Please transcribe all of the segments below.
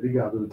Obrigado.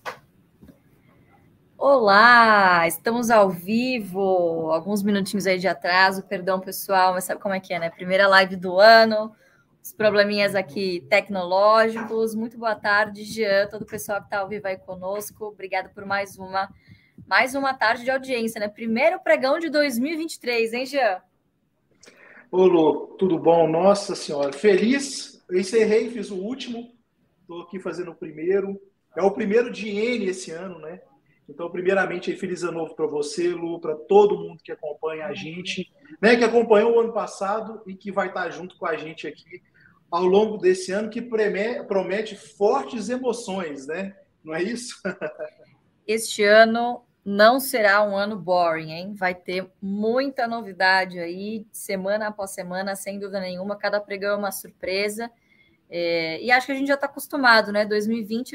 Olá, estamos ao vivo, alguns minutinhos aí de atraso, perdão pessoal, mas sabe como é que é, né? Primeira live do ano, os probleminhas aqui tecnológicos. Muito boa tarde, Jean, todo o pessoal que está ao vivo aí conosco, obrigado por mais uma tarde de audiência, né? Primeiro pregão de 2023, hein, Jean? Ô, Lu, tudo bom? Nossa Senhora, feliz. Eu encerrei, fiz o último, estou aqui fazendo o primeiro. É o primeiro de N esse ano, né? Então, primeiramente, feliz ano novo para você, Lu, para todo mundo que acompanha a gente, né? Que acompanhou o ano passado e que vai estar junto com a gente aqui ao longo desse ano, que promete fortes emoções, né? Não é isso? Este ano não será um ano boring, hein? Vai ter muita novidade aí, semana após semana, sem dúvida nenhuma. Cada pregão é uma surpresa. E acho que a gente já está acostumado, né? 2020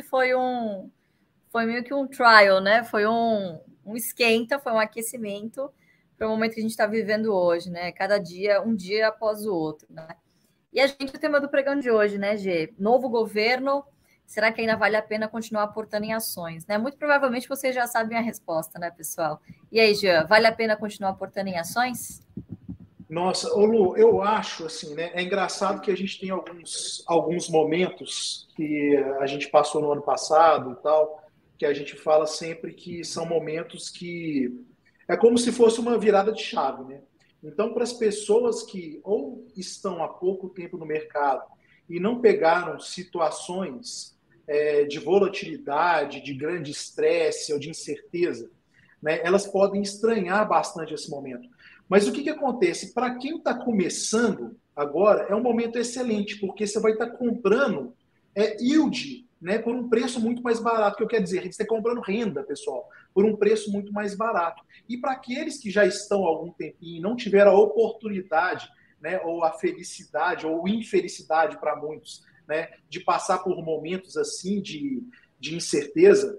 foi meio que um trial, né? Foi um esquenta, foi um aquecimento para o momento que a gente está vivendo hoje, né? Cada dia, um dia após o outro, né? E a gente, o tema do pregão de hoje, né, Gê? Novo governo, será que ainda vale a pena continuar aportando em ações, né? Muito provavelmente vocês já sabem a resposta, né, pessoal? E aí, Jean, vale a pena continuar aportando em ações? Nossa, ô Lu, eu acho assim, né? É engraçado que a gente tem alguns momentos que a gente passou no ano passado e tal, que a gente fala sempre que são momentos que é como se fosse uma virada de chave, né? Então, para as pessoas que ou estão há pouco tempo no mercado e não pegaram situações de volatilidade, de grande estresse ou de incerteza, né? Elas podem estranhar bastante esse momento. Mas o que acontece? Para quem está começando agora, é um momento excelente, porque você vai estar comprando yield, né, por um preço muito mais barato. O que eu quero dizer? Você está comprando renda, pessoal, por um preço muito mais barato. E para aqueles que já estão há algum tempinho e não tiveram a oportunidade, né, ou a felicidade, ou infelicidade para muitos, né, de passar por momentos assim de incerteza,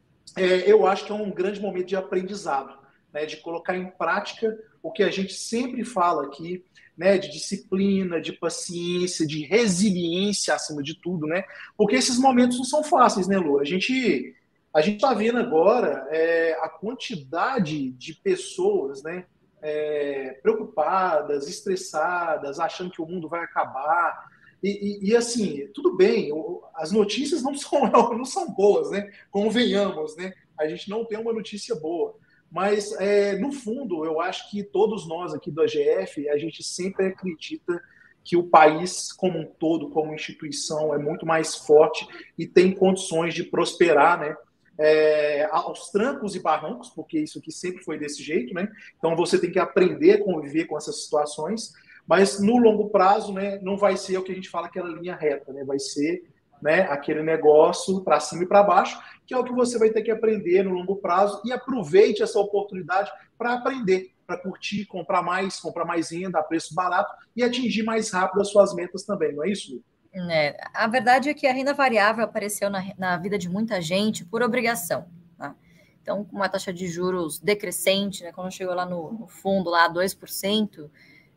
eu acho que é um grande momento de aprendizado, né, de colocar em prática o que a gente sempre fala aqui, né, de disciplina, de paciência, de resiliência acima de tudo, né? Porque esses momentos não são fáceis, né, Lu? A gente está vendo agora a quantidade de pessoas, né, preocupadas, estressadas, achando que o mundo vai acabar. Assim, tudo bem, as notícias não são, não são boas, né? Convenhamos, né? A gente não tem uma notícia boa. Mas, no fundo, eu acho que todos nós aqui do AGF, a gente sempre acredita que o país como um todo, como instituição, é muito mais forte e tem condições de prosperar, né? Aos trancos e barrancos, porque isso aqui sempre foi desse jeito, né? Então você tem que aprender a conviver com essas situações, mas no longo prazo, né, não vai ser o que a gente fala aquela linha reta, né? Vai ser, né, aquele negócio para cima e para baixo, que é o que você vai ter que aprender no longo prazo, e aproveite essa oportunidade para aprender, para curtir, comprar mais renda a preço barato e atingir mais rápido as suas metas também, não é isso? A verdade é que a renda variável apareceu na vida de muita gente por obrigação, tá? Então, com uma taxa de juros decrescente, né, quando chegou lá no fundo, lá 2%,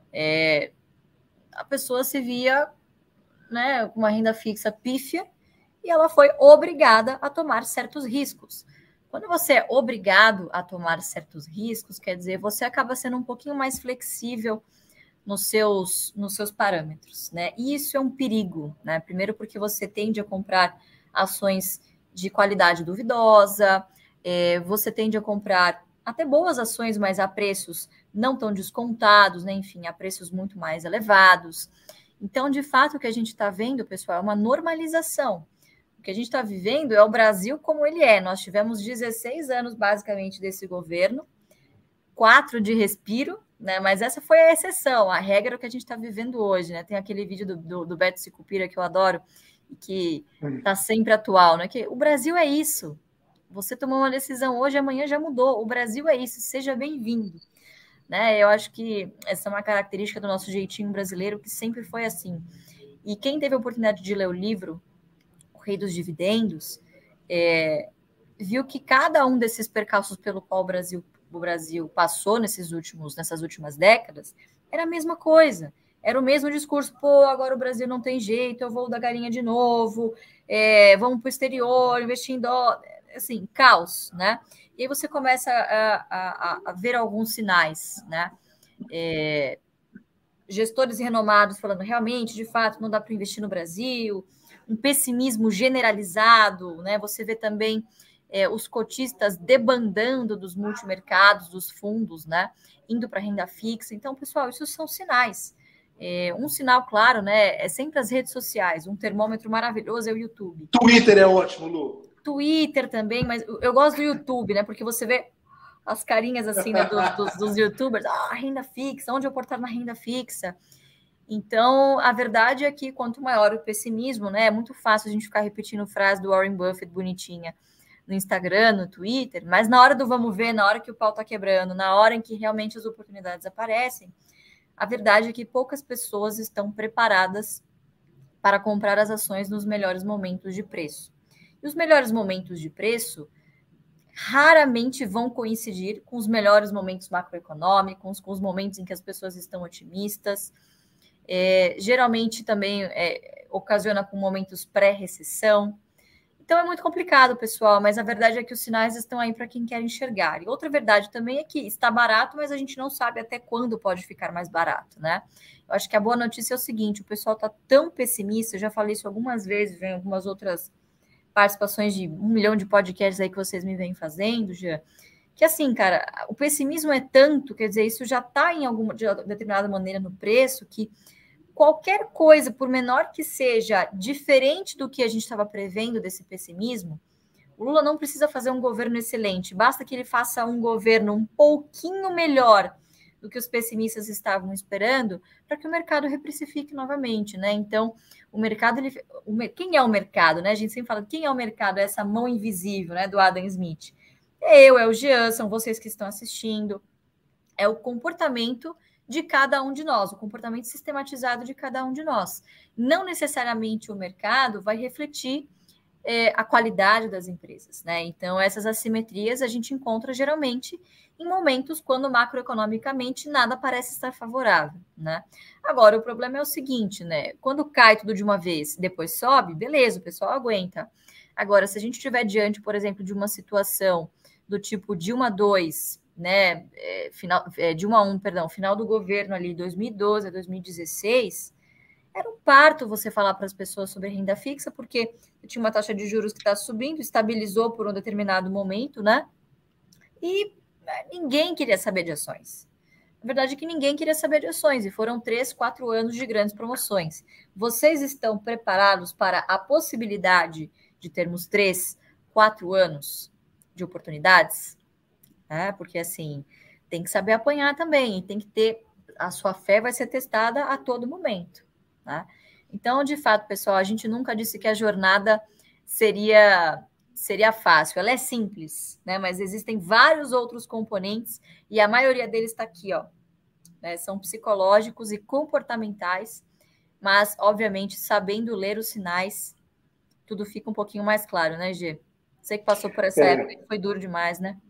a pessoa se via, né, com uma renda fixa pífia e ela foi obrigada a tomar certos riscos. Quando você é obrigado a tomar certos riscos, quer dizer, você acaba sendo um pouquinho mais flexível nos seus parâmetros, né? E isso é um perigo, né? Primeiro porque você tende a comprar ações de qualidade duvidosa, você tende a comprar até boas ações, mas a preços não tão descontados, né? Enfim, a preços muito mais elevados. Então, de fato, o que a gente está vendo, pessoal, é uma normalização. O que a gente está vivendo é o Brasil como ele é. Nós tivemos 16 anos, basicamente, desse governo, 4 de respiro, né? Mas essa foi a exceção, a regra é o que a gente está vivendo hoje, né? Tem aquele vídeo do Beto Sicupira que eu adoro e que está sempre atual, né? Que o Brasil é isso. Você tomou uma decisão hoje, amanhã já mudou. O Brasil é isso, seja bem-vindo. Né? Eu acho que essa é uma característica do nosso jeitinho brasileiro, que sempre foi assim. E quem teve a oportunidade de ler o livro O Rei dos Dividendos, viu que cada um desses percalços pelo qual o Brasil passou nessas últimas décadas era a mesma coisa. era o mesmo discurso, pô, agora o Brasil não tem jeito, eu vou da galinha de novo, vamos para o exterior, investir em dólar, assim, caos, né? E aí você começa a ver alguns sinais, né? Gestores renomados falando realmente, de fato, não dá para investir no Brasil, um pessimismo generalizado, né? Você vê também os cotistas debandando dos multimercados, dos fundos, né? Indo para renda fixa. Então, pessoal, isso são sinais. Um sinal claro, né? É sempre as redes sociais. Um termômetro maravilhoso é o YouTube. Twitter é ótimo, Lu. Twitter também, mas eu gosto do YouTube, né? Porque você vê as carinhas assim, né, dos YouTubers, renda fixa, onde eu portar na renda fixa? Então, a verdade é que quanto maior o pessimismo, né, é muito fácil a gente ficar repetindo frase do Warren Buffett bonitinha no Instagram, no Twitter, mas na hora do vamos ver, na hora que o pau tá quebrando, na hora em que realmente as oportunidades aparecem, a verdade é que poucas pessoas estão preparadas para comprar as ações nos melhores momentos de preço. E os melhores momentos de preço raramente vão coincidir com os melhores momentos macroeconômicos, com os momentos em que as pessoas estão otimistas. Geralmente também ocasiona com momentos pré-recessão. Então é muito complicado, pessoal, mas a verdade é que os sinais estão aí para quem quer enxergar. E outra verdade também é que está barato, mas a gente não sabe até quando pode ficar mais barato, né? Eu acho que a boa notícia é o seguinte, o pessoal está tão pessimista, eu já falei isso algumas vezes em algumas outras participações de 1 milhão de podcasts aí que vocês me vêm fazendo, já, que assim, cara, o pessimismo é tanto, quer dizer, isso já está em alguma de determinada maneira no preço, que qualquer coisa, por menor que seja, diferente do que a gente estava prevendo desse pessimismo, o Lula não precisa fazer um governo excelente, basta que ele faça um governo um pouquinho melhor do que os pessimistas estavam esperando, para que o mercado reprecifique novamente, né? Então, o mercado, quem é o mercado, né? A gente sempre fala, quem é o mercado? É essa mão invisível, né? Do Adam Smith. É o Jean, são vocês que estão assistindo. É o comportamento de cada um de nós, o comportamento sistematizado de cada um de nós. Não necessariamente o mercado vai refletir a qualidade das empresas, né? Então, essas assimetrias a gente encontra geralmente em momentos quando macroeconomicamente nada parece estar favorável, né? Agora, o problema é o seguinte, né? Quando cai tudo de uma vez e depois sobe, beleza, o pessoal aguenta. Agora, se a gente estiver diante, por exemplo, de uma situação do tipo Dilma 2, né? Dilma 1, perdão, final do governo ali, 2012 a 2016, era um parto você falar para as pessoas sobre renda fixa, porque tinha uma taxa de juros que está subindo, estabilizou por um determinado momento, né? E ninguém queria saber de ações. A verdade é que ninguém queria saber de ações, e foram 3, 4 anos de grandes promoções. Vocês estão preparados para a possibilidade de termos 3, 4 anos de oportunidades? Porque, assim, tem que saber apanhar também, e tem que ter... A sua fé vai ser testada a todo momento. Tá? Então, de fato, pessoal, a gente nunca disse que a jornada seria fácil. Ela é simples, né? Mas existem vários outros componentes e a maioria deles está aqui, ó. Né? São psicológicos e comportamentais, mas, obviamente, sabendo ler os sinais, tudo fica um pouquinho mais claro, né, Gê? Você que passou por essa época, foi duro demais, né?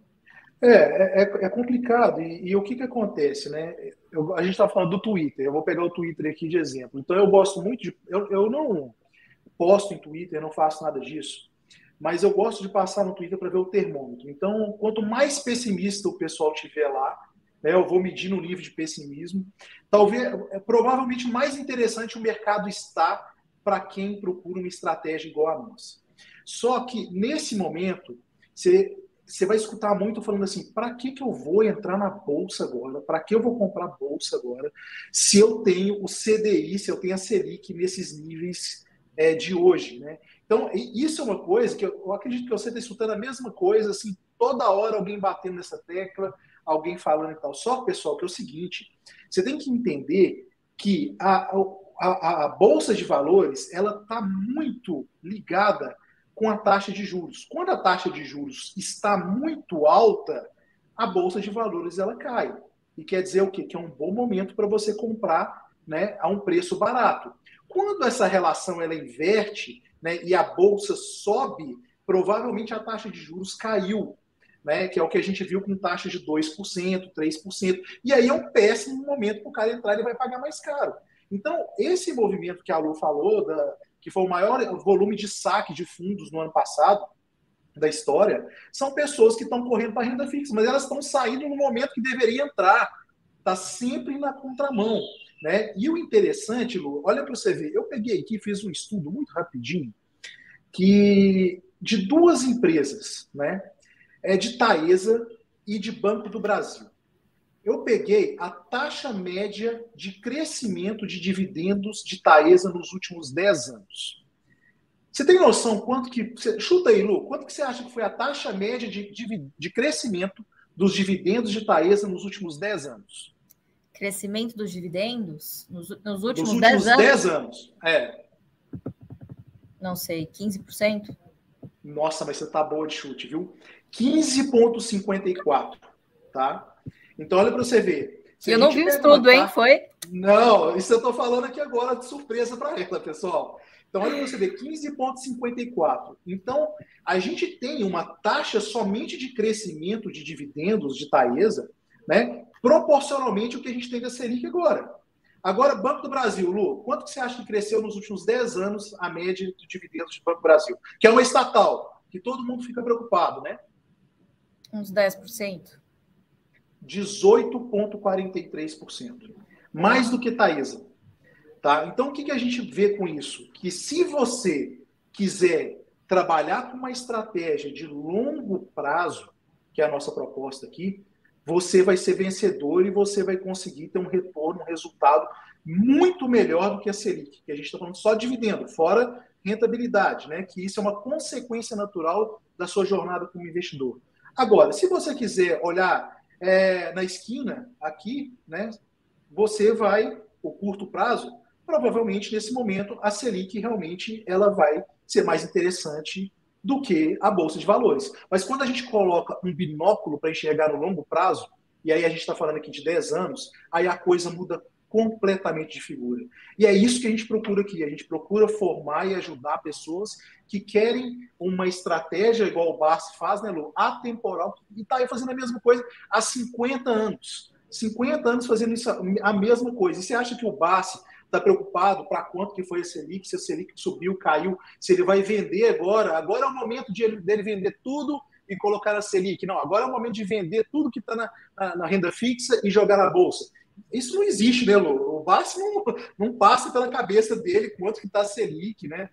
É complicado. E o que acontece, né? A gente está falando do Twitter. Eu vou pegar o Twitter aqui de exemplo. Então, eu gosto muito de... Eu não posto em Twitter, não faço nada disso. Mas eu gosto de passar no Twitter para ver o termômetro. Então, quanto mais pessimista o pessoal tiver lá, né, eu vou medir no nível de pessimismo. Talvez, provavelmente mais interessante o mercado está para quem procura uma estratégia igual a nossa. Só que, nesse momento, você vai escutar muito falando assim, para que eu vou entrar na bolsa agora? Para que eu vou comprar bolsa agora? Se eu tenho o CDI, se eu tenho a Selic nesses níveis de hoje, né? Então, isso é uma coisa que eu acredito que você está escutando a mesma coisa, assim, toda hora alguém batendo nessa tecla, alguém falando e tal. Só, pessoal, que é o seguinte, você tem que entender que a Bolsa de Valores, ela está muito ligada com a taxa de juros. Quando a taxa de juros está muito alta, a Bolsa de Valores ela cai. E quer dizer o quê? Que é um bom momento para você comprar, né, a um preço barato. Quando essa relação ela inverte, né, e a Bolsa sobe, provavelmente a taxa de juros caiu, né, que é o que a gente viu com taxa de 2%, 3%. E aí é um péssimo momento para o cara entrar, ele vai pagar mais caro. Então, esse movimento que a Lu falou, que foi o maior volume de saque de fundos no ano passado, da história, são pessoas que estão correndo para a renda fixa, mas elas estão saindo no momento que deveria entrar. Está sempre na contramão. Né? E o interessante, Lu, olha para você ver, eu peguei aqui, fiz um estudo muito rapidinho, que de duas empresas, né? De Taesa e de Banco do Brasil. Eu peguei a taxa média de crescimento de dividendos de Taesa nos últimos 10 anos. Você tem noção quanto que... Chuta aí, Lu, quanto que você acha que foi a taxa média de crescimento dos dividendos de Taesa nos últimos 10 anos? Crescimento dos dividendos nos últimos 10 anos? Não sei, 15%? Nossa, mas você tá boa de chute, viu? 15,54, tá? Então, olha para você ver. Eu não vi o estudo, hein? Foi? Não, isso eu tô falando aqui agora de surpresa para ela, pessoal. Então, olha para você ver, 15,54. Então, a gente tem uma taxa somente de crescimento de dividendos de Taesa, né? Proporcionalmente ao que a gente tem da Selic agora. Agora, Banco do Brasil, Lu, quanto que você acha que cresceu nos últimos 10 anos a média de dividendos do Banco do Brasil? Que é uma estatal, que todo mundo fica preocupado, né? Uns 10%. 18,43%. Mais do que Taesa. Tá? Então, o que a gente vê com isso? Que se você quiser trabalhar com uma estratégia de longo prazo, que é a nossa proposta aqui, você vai ser vencedor e você vai conseguir ter um retorno, um resultado muito melhor do que a Selic, que a gente está falando só de dividendo, fora rentabilidade, né? Que isso é uma consequência natural da sua jornada como investidor. Agora, se você quiser olhar na esquina aqui, né? Você vai, o curto prazo, provavelmente nesse momento a Selic realmente ela vai ser mais interessante do que a Bolsa de Valores. Mas quando a gente coloca um binóculo para enxergar no longo prazo, e aí a gente está falando aqui de 10 anos, aí a coisa muda completamente de figura. E é isso que a gente procura aqui. A gente procura formar e ajudar pessoas que querem uma estratégia, igual o Barsi faz, né, Lu? Atemporal, e está aí fazendo a mesma coisa há 50 anos. 50 anos fazendo isso, a mesma coisa. E você acha que o Barsi está preocupado para quanto que foi a Selic, se a Selic subiu, caiu, se ele vai vender agora é o momento dele vender tudo e colocar na Selic. Não, agora é o momento de vender tudo que está na renda fixa e jogar na Bolsa. Isso não existe, né, Lu? O Barsi não passa pela cabeça dele quanto que está a Selic, né?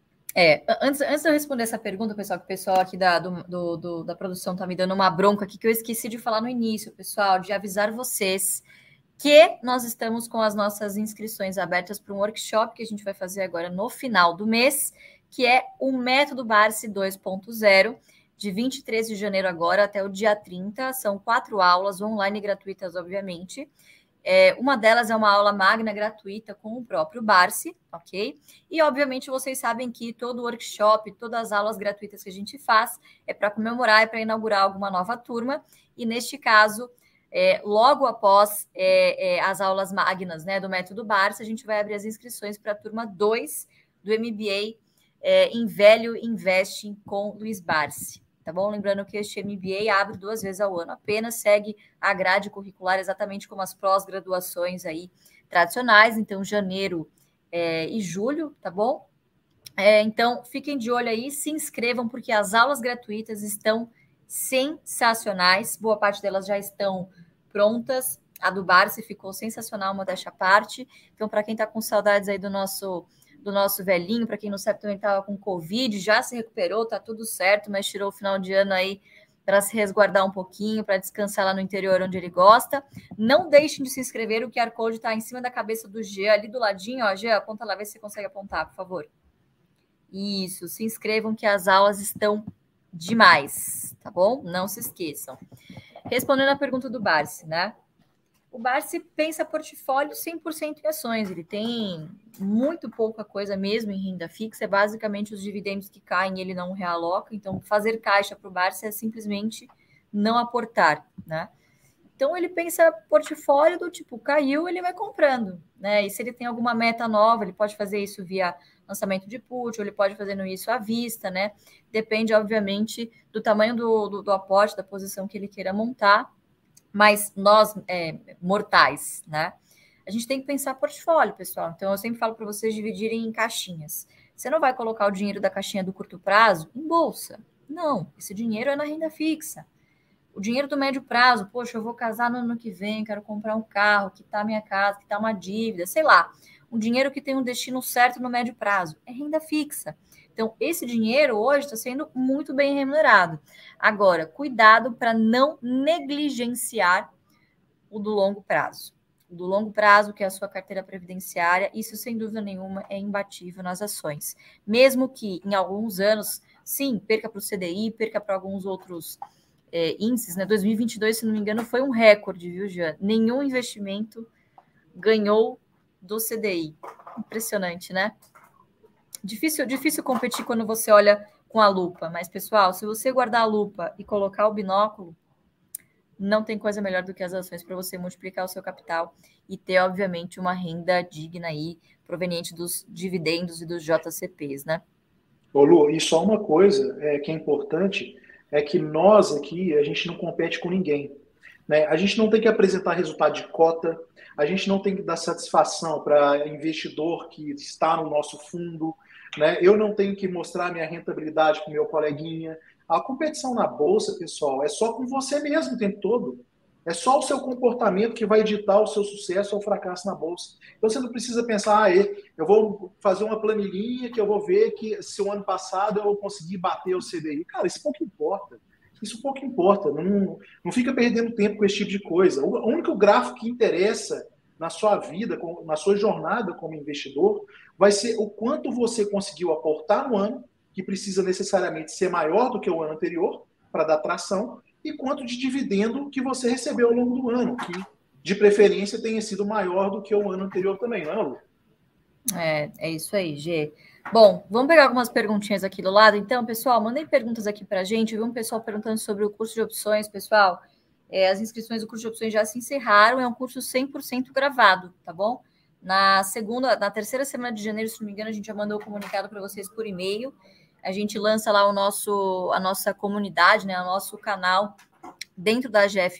Antes de eu responder essa pergunta, pessoal, que o pessoal aqui da produção está me dando uma bronca aqui, que eu esqueci de falar no início, pessoal, de avisar vocês que nós estamos com as nossas inscrições abertas para um workshop que a gente vai fazer agora no final do mês, que é o Método Barsi 2.0, de 23 de janeiro agora até o dia 30. São 4 aulas online gratuitas, obviamente. Uma delas é uma aula magna gratuita com o próprio Barsi, ok? E, obviamente, vocês sabem que todo workshop, todas as aulas gratuitas que a gente faz é para comemorar, é para inaugurar alguma nova turma. E, neste caso, logo após as aulas magnas, né, do Método Barsi, a gente vai abrir as inscrições para a turma 2 do MBA em Velho Investing com Luiz Barsi. Tá bom? Lembrando que este MBA abre 2 vezes ao ano apenas, segue a grade curricular exatamente como as pós-graduações aí tradicionais, então janeiro e julho, tá bom? Então, fiquem de olho aí, se inscrevam, porque as aulas gratuitas estão sensacionais, boa parte delas já estão prontas, a do Barsi ficou sensacional, modéstia à parte, então para quem está com saudades aí do nosso velhinho, para quem não sabe, também estava com Covid, já se recuperou, tá tudo certo, mas tirou o final de ano aí para se resguardar um pouquinho, para descansar lá no interior onde ele gosta. Não deixem de se inscrever, o QR Code está em cima da cabeça do G, ali do ladinho, ó, G, aponta lá, vê se você consegue apontar, por favor. Isso, se inscrevam que as aulas estão demais, tá bom? Não se esqueçam. Respondendo a pergunta do Barsi, né? O Barsi pensa portfólio 100% em ações, ele tem muito pouca coisa mesmo em renda fixa, é basicamente os dividendos que caem, ele não realoca, então fazer caixa para o Barsi é simplesmente não aportar, né? Então ele pensa portfólio do tipo, caiu, ele vai comprando, né? E se ele tem alguma meta nova, ele pode fazer isso via lançamento de put, ou ele pode fazer isso à vista, né? Depende, obviamente, do tamanho do aporte, da posição que ele queira montar. Mas nós, mortais, né? A gente tem que pensar portfólio, pessoal. Então, eu sempre falo para vocês dividirem em caixinhas. Você não vai colocar o dinheiro da caixinha do curto prazo em bolsa. Não, esse dinheiro é na renda fixa. O dinheiro do médio prazo, poxa, eu vou casar no ano que vem, quero comprar um carro, quitar minha casa, quitar uma dívida, sei lá. Um dinheiro que tem um destino certo no médio prazo. É renda fixa. Então, esse dinheiro hoje está sendo muito bem remunerado. Agora, cuidado para não negligenciar o do longo prazo. O do longo prazo, que é a sua carteira previdenciária, isso, sem dúvida nenhuma, é imbatível nas ações. Mesmo que, em alguns anos, sim, perca para o CDI, perca para alguns outros índices, né? 2022, se não me engano, foi um recorde, viu, Jean? Nenhum investimento ganhou do CDI. Impressionante, né? Difícil competir quando você olha com a lupa, mas, pessoal, se você guardar a lupa e colocar o binóculo, não tem coisa melhor do que as ações para você multiplicar o seu capital e ter, obviamente, uma renda digna aí, proveniente dos dividendos e dos JCPs, né? Ô Lu, e só uma coisa que é importante, é que nós aqui, a gente não compete com ninguém. Né? A gente não tem que apresentar resultado de cota, a gente não tem que dar satisfação para investidor que está no nosso fundo, né? Eu não tenho que mostrar minha rentabilidade para o meu coleguinha. A competição na bolsa, pessoal, é só com você mesmo o tempo todo. É só o seu comportamento que vai ditar o seu sucesso ou fracasso na bolsa. Então você não precisa pensar, eu vou fazer uma planilhinha que eu vou ver que se o ano passado eu consegui bater o CDI. Cara, isso pouco importa. Isso pouco importa. Não fica perdendo tempo com esse tipo de coisa. O único gráfico que interessa na sua vida, na sua jornada como investidor, vai ser o quanto você conseguiu aportar no ano, que precisa necessariamente ser maior do que o ano anterior, para dar tração, e quanto de dividendo que você recebeu ao longo do ano, que de preferência tenha sido maior do que o ano anterior também, não é, Lu? É isso aí, Gê. Bom, vamos pegar algumas perguntinhas aqui do lado. Então, pessoal, mandem perguntas aqui para a gente. Eu vi um pessoal perguntando sobre o curso de opções, pessoal. As inscrições do curso de opções já se encerraram. É um curso 100% gravado, tá bom? Na terceira semana de janeiro, se não me engano, a gente já mandou o comunicado para vocês por e-mail. A gente lança lá a nossa comunidade, né? O nosso canal dentro da GF+.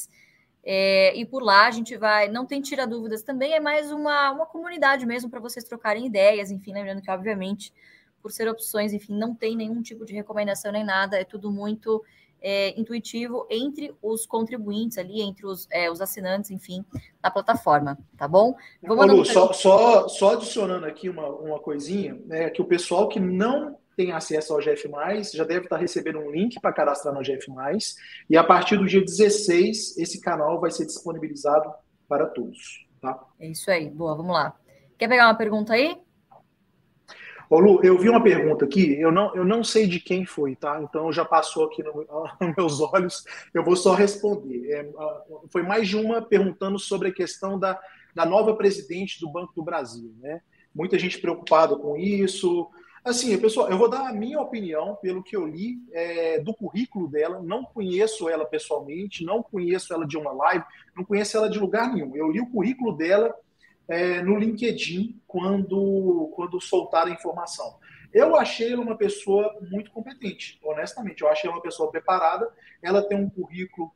E por lá a gente vai, não tem tira dúvidas também, é mais uma comunidade mesmo para vocês trocarem ideias, enfim, lembrando que, obviamente, por ser opções, enfim, não tem nenhum tipo de recomendação nem nada, é tudo muito intuitivo entre os contribuintes ali, entre os assinantes, enfim, da plataforma, tá bom? Ô, Lu, só adicionando aqui uma coisinha, né, que o pessoal que não tem acesso ao GF+, já deve estar recebendo um link para cadastrar no GF+, e a partir do dia 16, esse canal vai ser disponibilizado para todos. Tá? É isso aí, boa, vamos lá. Quer pegar uma pergunta aí? Ô, Lu, eu vi uma pergunta aqui, eu não sei de quem foi, tá? Então já passou aqui nos meus olhos, eu vou só responder. Foi mais de uma perguntando sobre a questão da nova presidente do Banco do Brasil, né? Muita gente preocupada com isso. Assim, pessoal, eu vou dar a minha opinião pelo que eu li do currículo dela. Não conheço ela pessoalmente, não conheço ela de uma live, não conheço ela de lugar nenhum. Eu li o currículo dela no LinkedIn quando soltaram a informação. Eu achei ela uma pessoa muito competente, honestamente. Eu achei ela uma pessoa preparada. Ela tem um currículo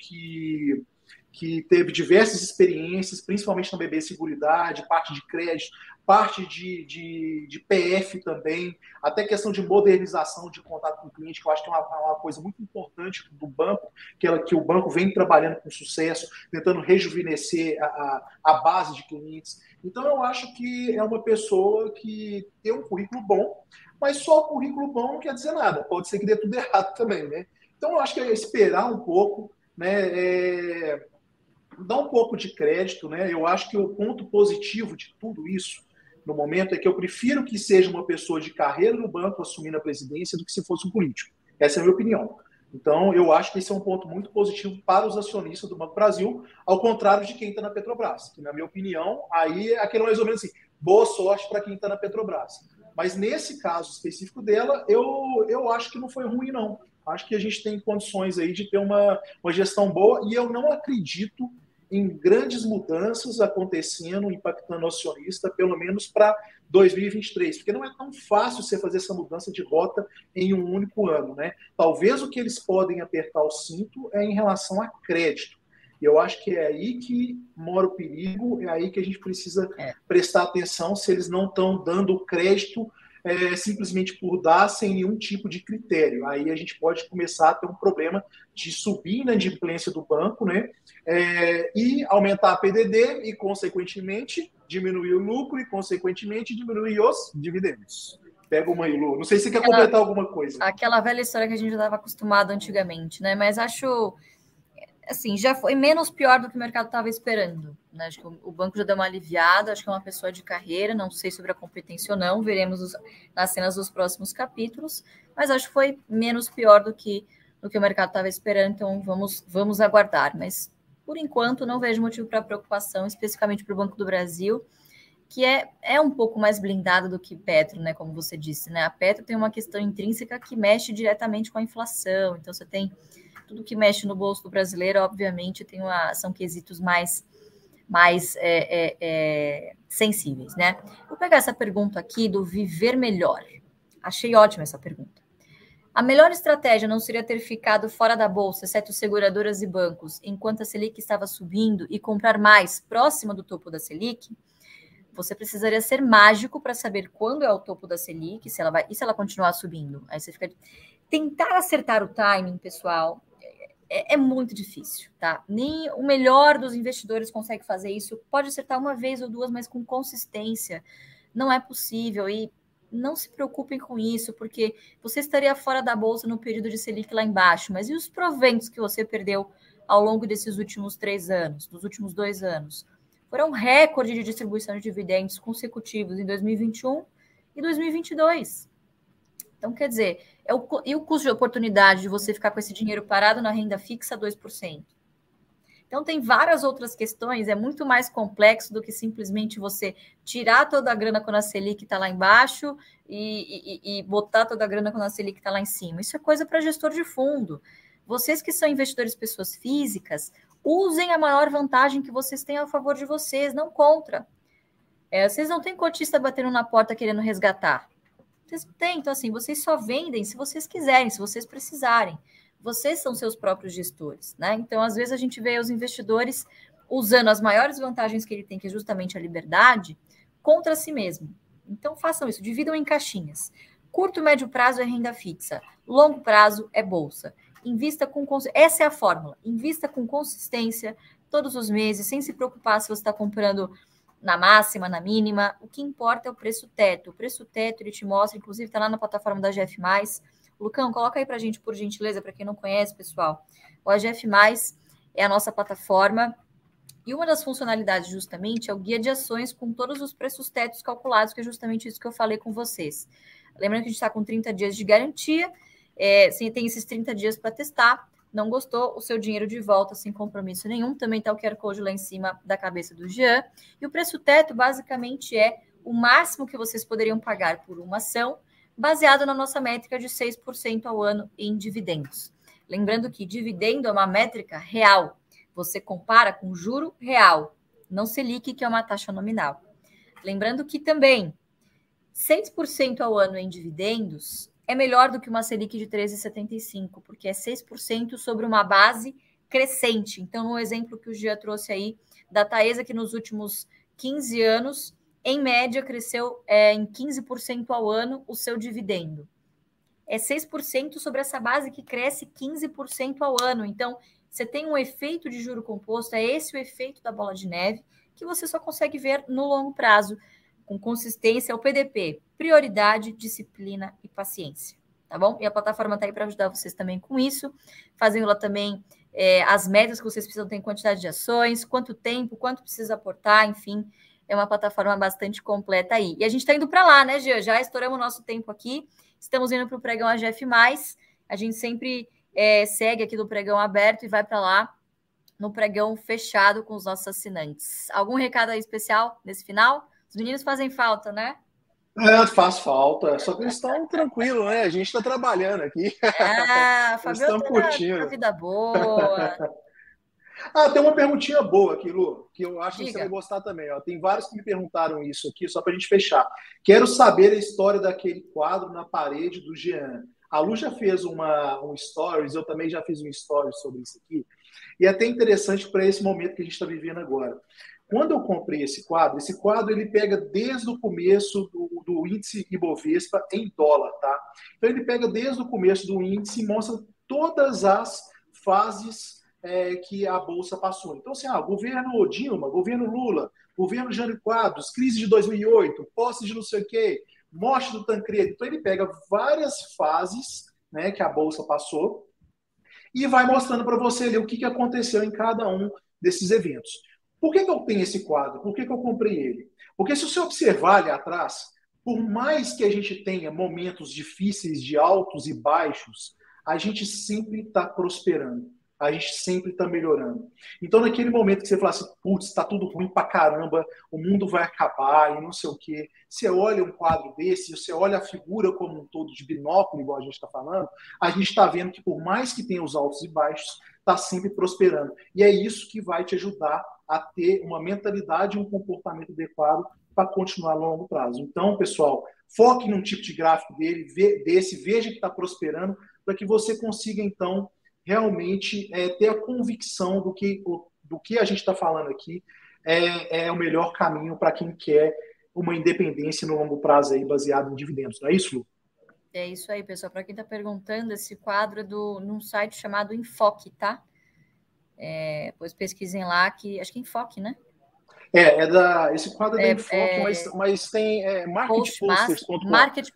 que teve diversas experiências, principalmente na BB Seguridade, parte de crédito, parte de PF também, até questão de modernização de contato com o cliente, que eu acho que é uma coisa muito importante do banco, que o banco vem trabalhando com sucesso, tentando rejuvenescer a base de clientes. Então, eu acho que é uma pessoa que tem um currículo bom, mas só o currículo bom não quer dizer nada. Pode ser que dê tudo errado também, né? Então, eu acho que é esperar um pouco, né? Dar um pouco de crédito, né? Eu acho que o ponto positivo de tudo isso, no momento, é que eu prefiro que seja uma pessoa de carreira no banco assumindo a presidência do que se fosse um político. Essa é a minha opinião. Então, eu acho que esse é um ponto muito positivo para os acionistas do Banco Brasil, ao contrário de quem está na Petrobras, que, na minha opinião, aí é aquele mais ou menos assim, boa sorte para quem está na Petrobras. Mas nesse caso específico dela, eu acho que não foi ruim, não. Acho que a gente tem condições aí de ter uma gestão boa, e eu não acredito em grandes mudanças acontecendo, impactando o acionista, pelo menos para 2023, porque não é tão fácil você fazer essa mudança de rota em um único ano, né? Talvez o que eles podem apertar o cinto é em relação a crédito. E eu acho que é aí que mora o perigo, é aí que a gente precisa prestar atenção se eles não estão dando crédito simplesmente por dar sem nenhum tipo de critério. Aí a gente pode começar a ter um problema de subir na inadimplência do banco, né? E aumentar a PDD e, consequentemente, diminuir o lucro e, consequentemente, diminuir os dividendos. Pega uma aí, Lu. Não sei se você quer completar alguma coisa. Aquela velha história que a gente já estava acostumado antigamente, né? Mas acho, assim, já foi menos pior do que o mercado estava esperando, né? Acho que o banco já deu uma aliviada, acho que é uma pessoa de carreira, não sei sobre a competência ou não, veremos nas cenas dos próximos capítulos, mas acho que foi menos pior do que o mercado estava esperando, então vamos aguardar. Mas, por enquanto, não vejo motivo para preocupação, especificamente para o Banco do Brasil, que é um pouco mais blindado do que Petro, né? Como você disse, né? A Petro tem uma questão intrínseca que mexe diretamente com a inflação. Então, você tem tudo que mexe no bolso do brasileiro, obviamente, são quesitos mais sensíveis, né? Vou pegar essa pergunta aqui do Viver Melhor. Achei ótima essa pergunta. A melhor estratégia não seria ter ficado fora da bolsa, exceto seguradoras e bancos, enquanto a Selic estava subindo e comprar mais próxima do topo da Selic? Você precisaria ser mágico para saber quando é o topo da Selic, se ela continuar subindo. Aí você fica... Tentar acertar o timing, pessoal, é muito difícil, tá? Nem o melhor dos investidores consegue fazer isso. Pode acertar uma vez ou duas, mas com consistência. Não é possível. E não se preocupem com isso, porque você estaria fora da bolsa no período de Selic lá embaixo. Mas e os proventos que você perdeu ao longo desses últimos 3 anos, dos últimos 2 anos? Foram recorde de distribuição de dividendos consecutivos em 2021 e 2022. Então, quer dizer, e o custo de oportunidade de você ficar com esse dinheiro parado na renda fixa, 2%. Então, tem várias outras questões, é muito mais complexo do que simplesmente você tirar toda a grana quando a Selic está lá embaixo e botar toda a grana quando a Selic está lá em cima. Isso é coisa para gestor de fundo. Vocês que são investidores pessoas físicas, usem a maior vantagem que vocês têm a favor de vocês, não contra. Vocês não têm cotista batendo na porta querendo resgatar. Vocês têm, então assim, vocês só vendem se vocês quiserem, se vocês precisarem. Vocês são seus próprios gestores, né? Então, às vezes, a gente vê os investidores usando as maiores vantagens que ele tem, que é justamente a liberdade, contra si mesmo. Então, façam isso, dividam em caixinhas. Curto e médio prazo é renda fixa, longo prazo é bolsa. Invista com... Essa é a fórmula. Invista com consistência todos os meses, sem se preocupar se você está comprando na máxima, na mínima. O que importa é o preço teto. O preço teto, ele te mostra, inclusive, está lá na plataforma da GF+. Lucão, coloca aí para a gente, por gentileza, para quem não conhece, pessoal. O AGF+, é a nossa plataforma. E uma das funcionalidades, justamente, é o guia de ações com todos os preços tetos calculados, que é justamente isso que eu falei com vocês. Lembrando que a gente está com 30 dias de garantia. Você tem esses 30 dias para testar. Não gostou, o seu dinheiro de volta sem compromisso nenhum. Também está o QR Code lá em cima da cabeça do Jean. E o preço teto, basicamente, é o máximo que vocês poderiam pagar por uma ação, baseado na nossa métrica de 6% ao ano em dividendos. Lembrando que dividendo é uma métrica real. Você compara com juro real, não Selic, que é uma taxa nominal. Lembrando que também 6% ao ano em dividendos é melhor do que uma Selic de 13,75, porque é 6% sobre uma base crescente. Então, no exemplo que o Gia trouxe aí da Taesa, que nos últimos 15 anos, em média, cresceu em 15% ao ano o seu dividendo. É 6% sobre essa base que cresce 15% ao ano. Então, você tem um efeito de juro composto, é esse o efeito da bola de neve, que você só consegue ver no longo prazo, com consistência, o PDP, prioridade, disciplina e paciência, tá bom? E a plataforma está aí para ajudar vocês também com isso, fazendo lá também as metas que vocês precisam ter em quantidade de ações, quanto tempo, quanto precisa aportar, enfim, é uma plataforma bastante completa aí. E a gente está indo para lá, né, Gia? Já estouramos o nosso tempo aqui, estamos indo para o Pregão AGF+, a gente sempre segue aqui do Pregão aberto e vai para lá no Pregão fechado com os nossos assinantes. Algum recado aí especial nesse final? Os meninos fazem falta, né? Faz falta, só que eles estão tranquilos, né? A gente está trabalhando aqui. Fabio tá na vida boa. Tem uma perguntinha boa aqui, Lu, que eu acho que você vai gostar também. Ó. Tem vários que me perguntaram isso aqui, só para a gente fechar. Quero saber a história daquele quadro na parede do Jean. A Lu já fez um stories, eu também já fiz um stories sobre isso aqui, e é até interessante para esse momento que a gente está vivendo agora. Quando eu comprei esse quadro ele pega desde o começo do índice Ibovespa em dólar, tá? Então ele pega desde o começo do índice e mostra todas as fases que a Bolsa passou. Então, assim, governo Dilma, governo Lula, governo Jânio Quadros, crise de 2008, posse de não sei o quê, morte do Tancredo. Então ele pega várias fases, né, que a Bolsa passou e vai mostrando para você ali o que aconteceu em cada um desses eventos. Por que eu tenho esse quadro? Por que eu comprei ele? Porque se você observar ali atrás, por mais que a gente tenha momentos difíceis de altos e baixos, a gente sempre está prosperando. A gente sempre está melhorando. Então, naquele momento que você fala assim, putz, está tudo ruim pra caramba, o mundo vai acabar e não sei o quê. Você olha um quadro desse, você olha a figura como um todo de binóculo, igual a gente está falando, a gente está vendo que por mais que tenha os altos e baixos, está sempre prosperando. E é isso que vai te ajudar a ter uma mentalidade e um comportamento adequado para continuar a longo prazo. Então, pessoal, foque num tipo de gráfico desse, veja que está prosperando, para que você consiga, então, realmente ter a convicção do que a gente está falando aqui é o melhor caminho para quem quer uma independência no longo prazo aí, baseado em dividendos. Não é isso, Lu? É isso aí, pessoal. Para quem está perguntando, esse quadro é num site chamado Enfoque, tá? Pois pesquisem lá, que acho que é Enfoque, né? Esse quadro é da Enfoque, mas tem marketposters.com.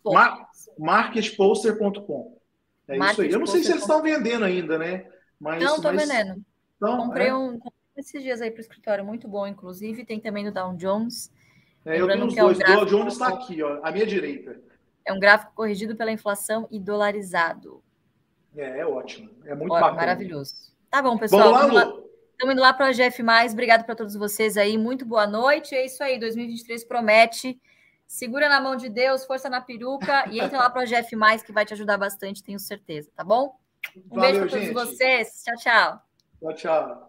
Marketposter.com. É isso aí. Eu não sei se eles estão vendendo ainda, né? Não, estou vendendo. Então, comprei esses dias aí para o escritório, muito bom, inclusive. Tem também do Dow Jones. Eu tenho os dois. O Dow Jones está aqui, ó, à minha direita. É um gráfico corrigido pela inflação e dolarizado. É ótimo. É muito bacana. Maravilhoso. Tá bom, pessoal. Vamos lá, Lu. Estamos indo lá para a GF+. Obrigado para todos vocês aí. Muito boa noite. É isso aí. 2023 promete. Segura na mão de Deus, força na peruca e entra lá para a GF+, que vai te ajudar bastante, tenho certeza. Tá bom? Beijo para todos vocês. Tchau, tchau. Tchau, tchau.